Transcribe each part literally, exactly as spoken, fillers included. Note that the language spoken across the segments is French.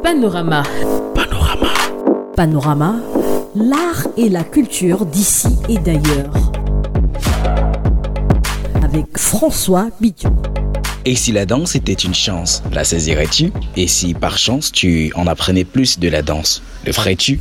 Panorama. Panorama. Panorama, l'art et la culture d'ici et d'ailleurs. Avec François Bidiou. Et si la danse était une chance, la saisirais-tu? Et si par chance tu en apprenais plus de la danse, le ferais-tu?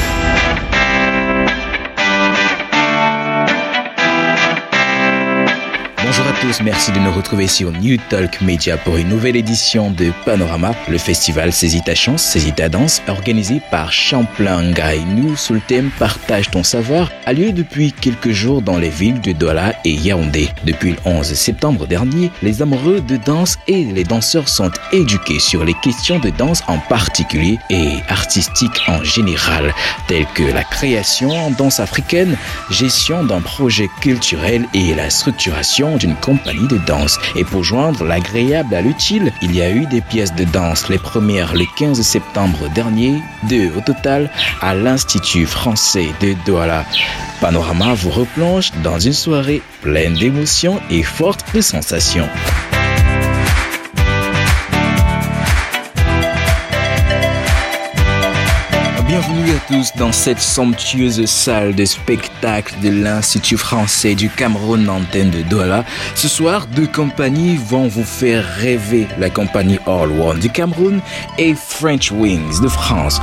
Bonjour à tous, merci de nous retrouver sur New Talk Media pour une nouvelle édition de Panorama, le festival Saisis ta chance, saisis ta danse, organisé par Champlain Ngaï Nou sous le thème Partage ton savoir, a lieu depuis quelques jours dans les villes de Douala et Yaoundé. Depuis le onze septembre dernier, les amoureux de danse et les danseurs sont éduqués sur les questions de danse en particulier et artistique en général, telles que la création en danse africaine, gestion d'un projet culturel et la structuration d'une compagnie de danse. Et pour joindre l'agréable à l'utile, il y a eu des pièces de danse, les premières le quinze septembre dernier, deux au total, à l'Institut français de Douala. Panorama vous replonge dans une soirée pleine d'émotions et forte de sensations. Bienvenue à tous dans cette somptueuse salle de spectacle de l'Institut français du Cameroun, antenne de Douala. Ce soir, deux compagnies vont vous faire rêver. La compagnie All One du Cameroun et French Wings de France.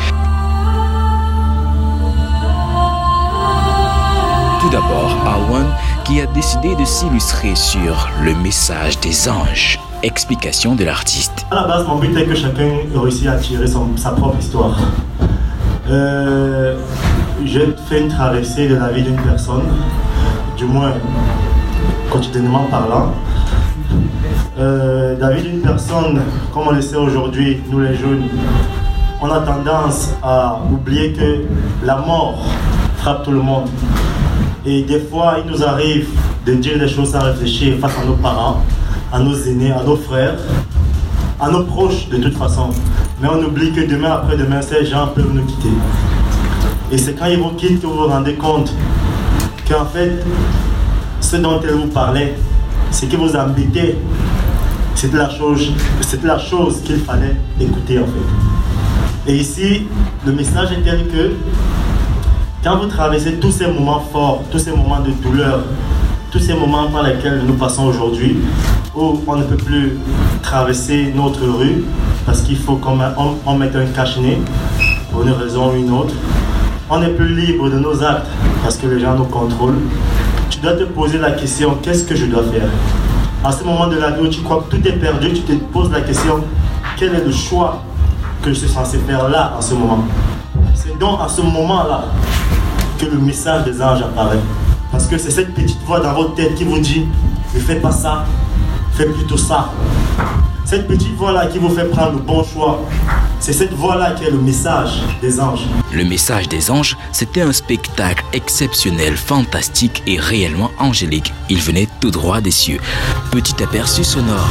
Tout d'abord, All One qui a décidé de s'illustrer sur le message des anges. Explication de l'artiste. À la base, mon but est que chacun réussisse à tirer son, sa propre histoire. Euh, je fais une traversée de la vie d'une personne, du moins quotidiennement parlant. Euh, la vie d'une personne, comme on le sait aujourd'hui, nous les jeunes, on a tendance à oublier que la mort frappe tout le monde. Et des fois, il nous arrive de dire des choses sans réfléchir face à nos parents, à nos aînés, à nos frères, à nos proches de toute façon. Mais on oublie que demain après-demain, ces gens peuvent nous quitter. Et c'est quand ils vous quittent que vous vous rendez compte qu'en fait, ce dont elle vous parlait, ce qui vous embêtait, c'était la chose, c'était la chose qu'il fallait écouter en fait. Et ici, le message est tel que quand vous traversez tous ces moments forts, tous ces moments de douleur, tous ces moments par lesquels nous passons aujourd'hui, où on ne peut plus traverser notre rue parce qu'il faut qu'on on, on mette un cache-nez pour une raison ou une autre. On n'est plus libre de nos actes parce que les gens nous contrôlent. Tu dois te poser la question, qu'est-ce que je dois faire? À ce moment de la vie où tu crois que tout est perdu, tu te poses la question, quel est le choix que je suis censé faire là, en ce moment? C'est donc à ce moment-là que le message des anges apparaît. Parce que c'est cette petite voix dans votre tête qui vous dit, ne fais pas ça, fais plutôt ça. Cette petite voix-là qui vous fait prendre le bon choix, c'est cette voix-là qui est le message des anges. Le message des anges, c'était un spectacle exceptionnel, fantastique et réellement angélique. Il venait tout droit des cieux. Petit aperçu sonore.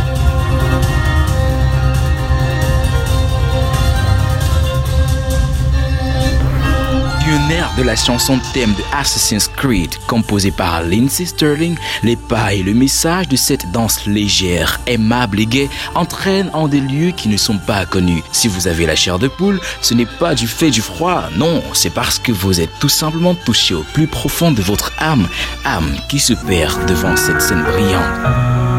Pionnière de la chanson thème de Assassin's Creed, composée par Lindsey Sterling, les pas et le message de cette danse légère, aimable et gaie entraînent en des lieux qui ne sont pas connus. Si vous avez la chair de poule, ce n'est pas du fait du froid, non, c'est parce que vous êtes tout simplement touché au plus profond de votre âme, âme qui se perd devant cette scène brillante.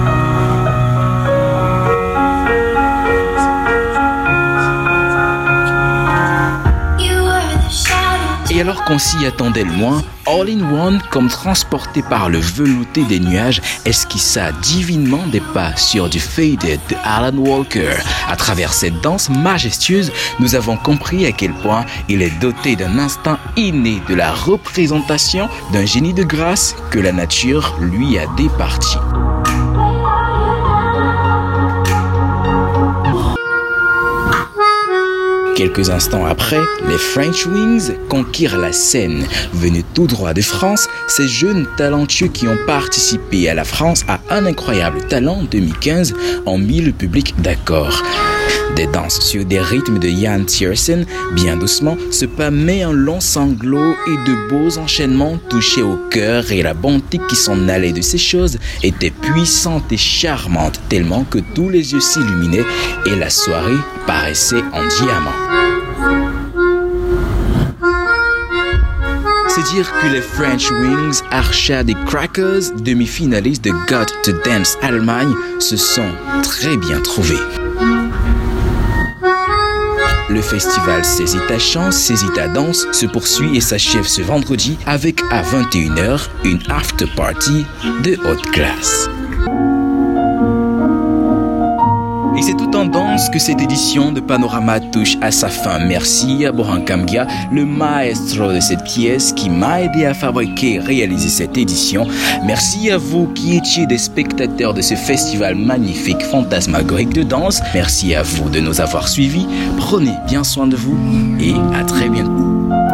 Et alors qu'on s'y attendait le moins, All in One, comme transporté par le velouté des nuages, esquissa divinement des pas sur du Faded de Alan Walker. À travers cette danse majestueuse, nous avons compris à quel point il est doté d'un instinct inné de la représentation d'un génie de grâce que la nature lui a départi. Quelques instants après, les French Wings conquirent la scène. Venus tout droit de France, ces jeunes talentueux qui ont participé à la France à un incroyable talent deux mille quinze ont mis le public d'accord. Des danses sur des rythmes de Jan Tiersen, bien doucement, ce pas met un long sanglot et de beaux enchaînements touchés au cœur, et la bonté qui s'en allait de ces choses était puissante et charmante tellement que tous les yeux s'illuminaient et la soirée paraissait en diamant. C'est dire que les French Wings, Arshad et Crackers, demi-finalistes de Got to Dance Allemagne, se sont très bien trouvés. Le festival Saisis ta chance, Saisis ta danse se poursuit et s'achève ce vendredi avec à vingt et une heures une after party de haute classe. Et c'est tout en danse que cette édition de Panorama touche à sa fin. Merci à Boran Kamgia, le maestro de cette pièce qui m'a aidé à fabriquer et réaliser cette édition. Merci à vous qui étiez des spectateurs de ce festival magnifique, fantasmagorique de danse. Merci à vous de nous avoir suivis. Prenez bien soin de vous et à très bientôt.